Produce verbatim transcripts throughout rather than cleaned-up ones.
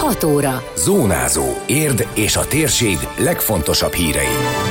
hat óra. Zónázó. Érd és a térség legfontosabb hírei.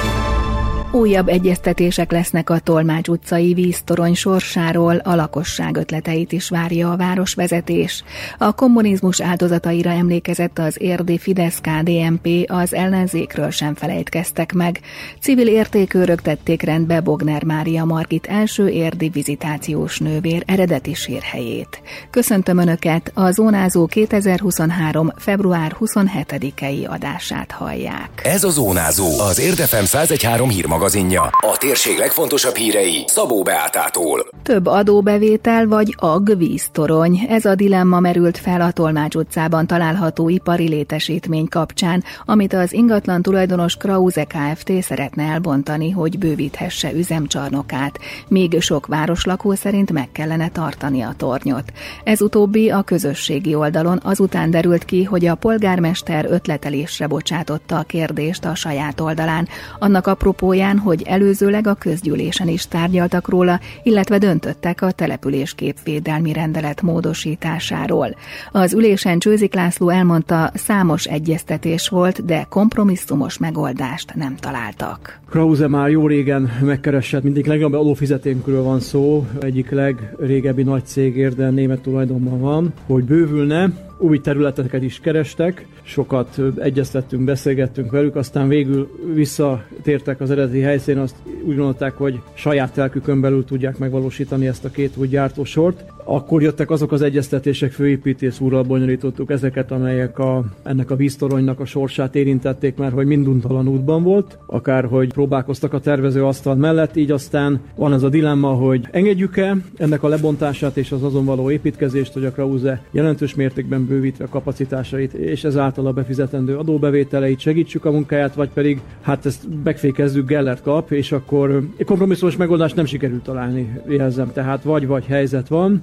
Újabb egyeztetések lesznek a Tolmács utcai víztorony sorsáról, a lakosság ötleteit is várja a városvezetés. A kommunizmus áldozataira emlékezett az érdi Fidesz-ká dé en pé, az ellenzékről sem felejtkeztek meg. Civil értékőrök tették rendbe Bogner Mária Margit első érdi vizitációs nővér eredeti sírhelyét. Köszöntöm Önöket, a Zónázó kétezer-huszonhárom. február huszonhetedikei adását hallják. Ez a Zónázó, az Érd ef em száz egy pont három hírmagazinja. A térség legfontosabb hírei Szabó Beátától. Több adóbevétel vagy ag víztorony? Ez a dilemma merült fel a Tolmács utcában található ipari létesítmény kapcsán, amit az ingatlan tulajdonos Krause Kft. Szeretne elbontani, hogy bővíthesse üzemcsarnokát, míg sok városlakó szerint meg kellene tartani a tornyot. Ez utóbbi a közösségi oldalon azután derült ki, hogy a polgármester ötletelésre bocsátotta a kérdést a saját oldalán, annak apropóján, hogy előzőleg a közgyűlésen is tárgyaltak róla, illetve döntöttek a településképvédelmi rendelet módosításáról. Az ülésen Csőzik László elmondta, számos egyeztetés volt, de kompromisszumos megoldást nem találtak. Krause már jó régen megkeresett, mindig legalább adófizeténkről van szó, egyik legrégebbi nagy cég Érden német tulajdonban van, hogy bővülne. Új területeket is kerestek, sokat egyeztettünk, beszélgettünk velük, aztán végül visszatértek az eredeti helyszínen, azt úgy gondolták, hogy saját telkükön belül tudják megvalósítani ezt a két új gyártósort. Akkor jöttek azok az egyeztetések, főépítész úrral bonyolítottuk ezeket, amelyek a, ennek a víztoronynak a sorsát érintették, mert hogy minduntalan útban volt, akárhogy próbálkoztak a tervezőasztal mellett, így aztán van ez a dilemma, hogy engedjük-e ennek a lebontását és az azon való építkezést, hogy a Krause jelentős mértékben bővítve a kapacitásait, és ezáltal a befizetendő adóbevételeit segítsük a munkáját, vagy pedig hát ezt megfékezzük, Gellert kap, és akkor kompromisszumos megoldást nem sikerült találni, jelzem, tehát vagy-vagy helyzet van.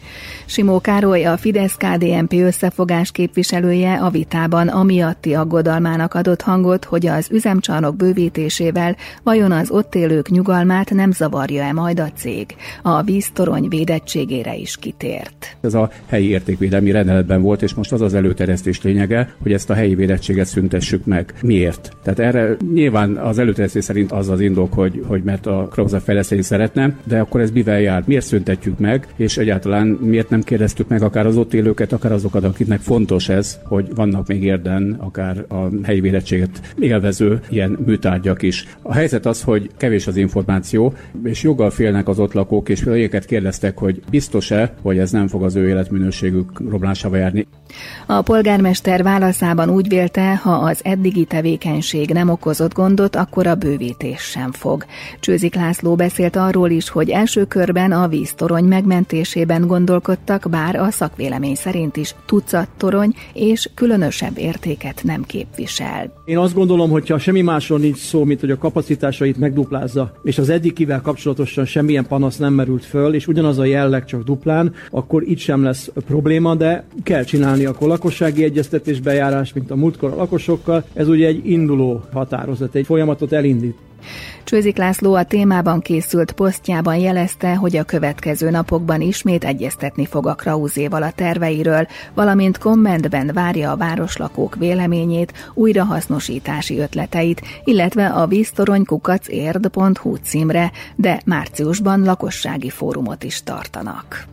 Simó Károly, a Fidesz-ká dé en pé összefogás képviselője a vitában amiatti aggodalmának adott hangot, hogy az üzemcsarnok bővítésével vajon az ott élők nyugalmát nem zavarja-e majd a cég. A víztorony védettségére is kitért. Ez a helyi értékvédelmi rendeletben volt, és most az az előterjesztés lényege, hogy ezt a helyi védettséget szüntessük meg. Miért? Tehát erre nyilván az előterjesztés szerint az az indok, hogy, hogy mert a Krause fejleszteni szeretne, de akkor ez mivel jár? Miért szüntetjük meg, és egyáltalán miért nem kérdeztük meg akár az ott élőket, akár azokat, akiknek fontos ez, hogy vannak még Érden akár a helyi védettséget élvező ilyen műtárgyak is. A helyzet az, hogy kevés az információ, és joggal félnek az ott lakók, és őket kérdeztek, hogy biztos-e, hogy ez nem fog az ő életminőségük romlásával járni. A polgármester válaszában úgy vélte, ha az eddigi tevékenység nem okozott gondot, akkor a bővítés sem fog. Csőzik László beszélt arról is, hogy első körben a víztorony megmentésében gondolkodtak, bár a szakvélemény szerint is tucat torony és különösebb értéket nem képvisel. Én azt gondolom, hogyha semmi másról nincs szó, mint hogy a kapacitásait megduplázza, és az eddigivel kapcsolatosan semmilyen panasz nem merült föl, és ugyanaz a jelleg csak duplán, akkor itt sem lesz probléma, de kell csinálni akkor lakossági egyeztetés bejárás, mint a múltkor a lakosokkal. Ez ugye egy induló határozat, egy folyamatot elindít. Csőzik László a témában készült posztjában jelezte, hogy a következő napokban ismét egyeztetni fog a Krauséval a terveiről, valamint kommentben várja a városlakók véleményét, újrahasznosítási ötleteit, illetve a víztorony kukac érd pont hu címre, de márciusban lakossági fórumot is tartanak.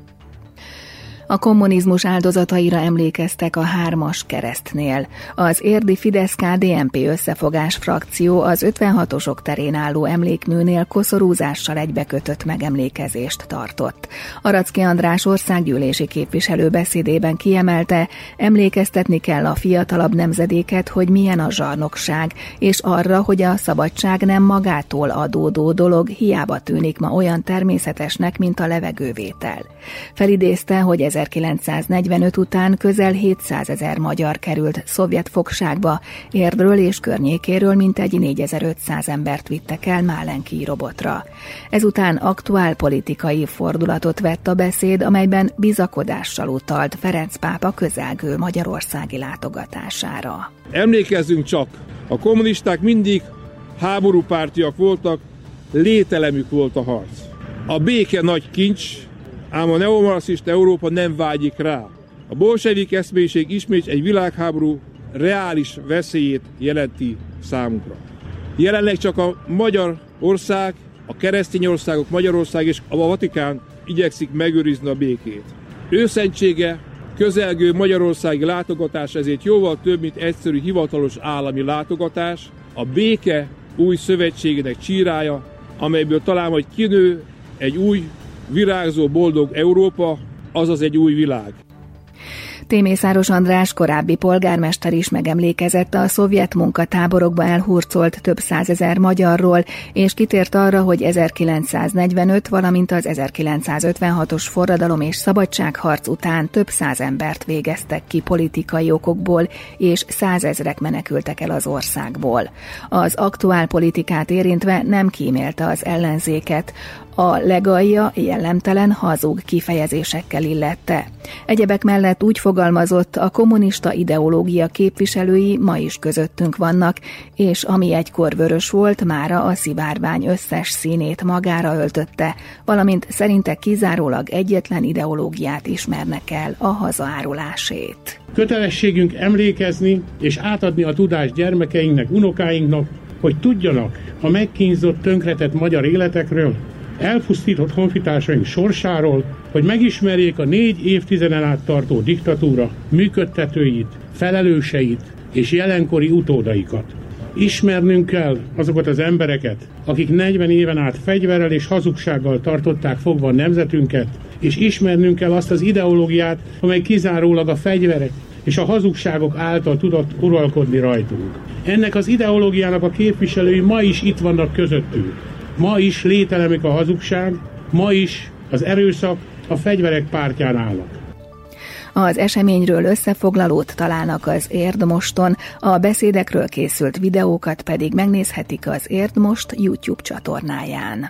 A kommunizmus áldozataira emlékeztek a Hármas keresztnél. Az érdi Fidesz-ká dé en pé összefogás frakció az ötvenhatosok terén álló emlékműnél koszorúzással egybekötött megemlékezést tartott. Aracki András országgyűlési képviselő beszédében kiemelte, emlékeztetni kell a fiatalabb nemzedéket, hogy milyen a zsarnokság, és arra, hogy a szabadság nem magától adódó dolog, hiába tűnik ma olyan természetesnek, mint a levegővétel. Felidézte, hogy ezerkilencszáznegyvenöt után közel hétszázezer magyar került szovjet fogságba, Érdről és környékéről mintegy négyezer-ötszáz embert vittek el Málenki robotra. Ezután aktuál politikai fordulatot vett a beszéd, amelyben bizakodással utalt Ferenc pápa közelgő magyarországi látogatására. Emlékezzünk csak, a kommunisták mindig háborúpártiak voltak, lételemük volt a harc. A béke nagy kincs, ám a neomarxista Európa nem vágyik rá. A bolsevik eszmélyiség ismét egy világháború reális veszélyét jelenti számunkra. Jelenleg csak a Magyarország, a keresztény országok, Magyarország és a Vatikán igyekszik megőrizni a békét. Őszentsége, közelgő magyarországi látogatás ezért jóval több, mint egyszerű hivatalos állami látogatás, a béke új szövetségének csírája, amelyből talán majd kinő egy új, virágzó, boldog Európa, azaz egy új világ. Mészáros András korábbi polgármester is megemlékezett a szovjet munkatáborokba elhurcolt több százezer magyarról, és kitért arra, hogy ezerkilencszáznegyvenöt, valamint az ezerkilencszázötvenhatos forradalom és szabadságharc után több száz embert végeztek ki politikai okokból, és százezrek menekültek el az országból. Az aktuál politikát érintve nem kímélte az ellenzéket, a legalja jellemtelen hazug kifejezésekkel illette. Egyebek mellett úgy fogalmazott, a kommunista ideológia képviselői ma is közöttünk vannak, és ami egykor vörös volt, mára a szivárvány összes színét magára öltötte, valamint szerinte kizárólag egyetlen ideológiát ismernek el, a hazaárulásét. Kötelességünk emlékezni és átadni a tudást gyermekeinknek, unokáinknak, hogy tudjanak a megkínzott, tönkretett magyar életekről, elpusztított honfitársaink sorsáról, hogy megismerjék a négy évtizeden át tartó diktatúra működtetőit, felelőseit és jelenkori utódaikat. Ismernünk kell azokat az embereket, akik negyven éven át fegyverrel és hazugsággal tartották fogva a nemzetünket, és ismernünk kell azt az ideológiát, amely kizárólag a fegyverek és a hazugságok által tudott uralkodni rajtunk. Ennek az ideológiának a képviselői ma is itt vannak közöttünk. Ma is lételemik a hazugság, ma is az erőszak a fegyverek pártján állnak. Az eseményről összefoglalót találnak az Érdmoston, a beszédekről készült videókat pedig megnézhetik az Érdmost YouTube csatornáján.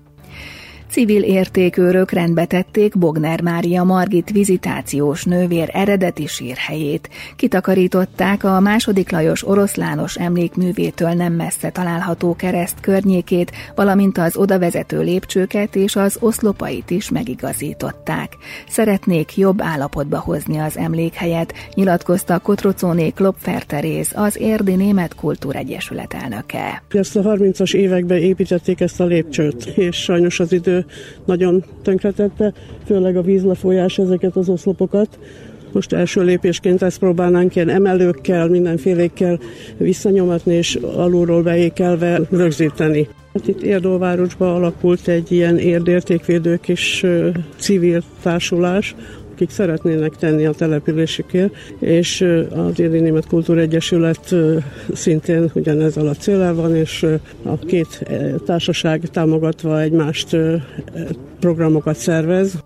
Civil értékőrök rendbe tették Bogner Mária Margit vizitációs nővér eredeti sírhelyét. Kitakarították a második Lajos oroszlános emlékművétől nem messze található kereszt környékét, valamint az odavezető lépcsőket és az oszlopait is megigazították. Szeretnék jobb állapotba hozni az emlékhelyet, nyilatkozta Kotrocóné Klopfer Teréz, az Érdi Német Kultúregyesület elnöke. Ezt a harmincas években építették ezt a lépcsőt, és sajnos az idő nagyon tönkretette, főleg a vízlefolyás ezeket az oszlopokat. Most első lépésként ezt próbálnánk ilyen emelőkkel, mindenfélékkel visszanyomatni és alulról beékelve rögzíteni. Hát itt Érdolvárosban alakult egy ilyen érdértékvédő kis civil társulás, akik szeretnének tenni a településükért, és az Érdi Német Kultúregyesület szintén ugyanezzel a céllal van, és a két társaság támogatva egymást programokat szervez.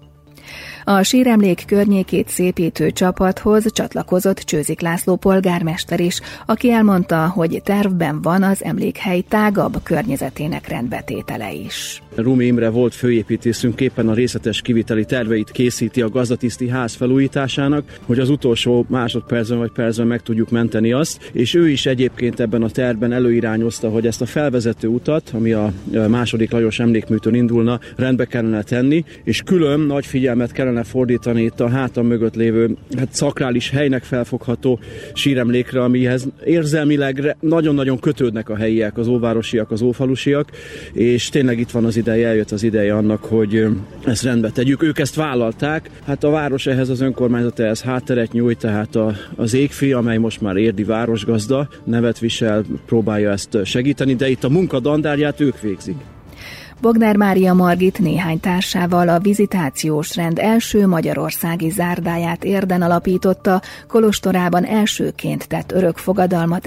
A síremlék környékét szépítő csapathoz csatlakozott Csőzik László polgármester is, aki elmondta, hogy tervben van az emlékhely tágabb környezetének rendbetétele is. Rumi Imre volt főépítészünk éppen a részletes kiviteli terveit készíti a gazdatiszti ház felújításának, hogy az utolsó másodpercben vagy percben meg tudjuk menteni azt, és ő is egyébként ebben a tervben előirányozta, hogy ezt a felvezető utat, ami a második Lajos emlékműtől indulna, rendbe kellene tenni, és külön nagy figyelmet kellene fordítani itt a hátam mögött lévő hát szakrális helynek felfogható síremlékre, amihez érzelmileg nagyon-nagyon kötődnek a helyiek, az óvárosiak, az ófalusiak, és tényleg itt van az ideje, eljött az ideje annak, hogy ezt rendbe tegyük. Ők ezt vállalták, hát a város ehhez, az önkormányzat ehhez hátteret nyújt, tehát a, az Égfi, amely most már érdi városgazda, nevet visel, próbálja ezt segíteni, de itt a munka dandárját ők végzik. Bogner Mária Margit néhány társával a vizitációs rend első magyarországi zárdáját Érden alapította, kolostorában elsőként tett örökfogadalmat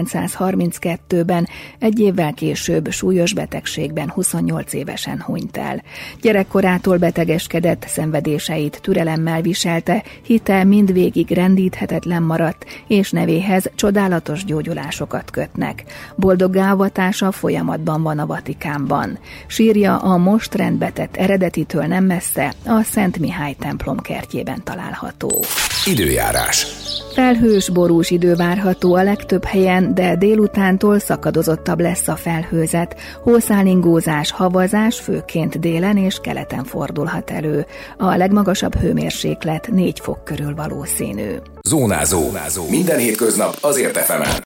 ezerkilencszázharminckettőben, egy évvel később súlyos betegségben huszonnyolc évesen hunyt el. Gyerekkorától betegeskedett, szenvedéseit türelemmel viselte, hite mindvégig rendíthetetlen maradt, és nevéhez csodálatos gyógyulásokat kötnek. Boldoggá avatása folyamatban van a Vatikánban. Sírja a most rendbetett eredetitől nem messze, a Szent Mihály templom kertjében található. Időjárás. Felhős, borús idő várható a legtöbb helyen, de délutántól szakadozottabb lesz a felhőzet. Hószálingózás, havazás főként délen és keleten fordulhat elő. A legmagasabb hőmérséklet négy fok körül valószínű. Zónázó. Minden hétköznap azért ef emen.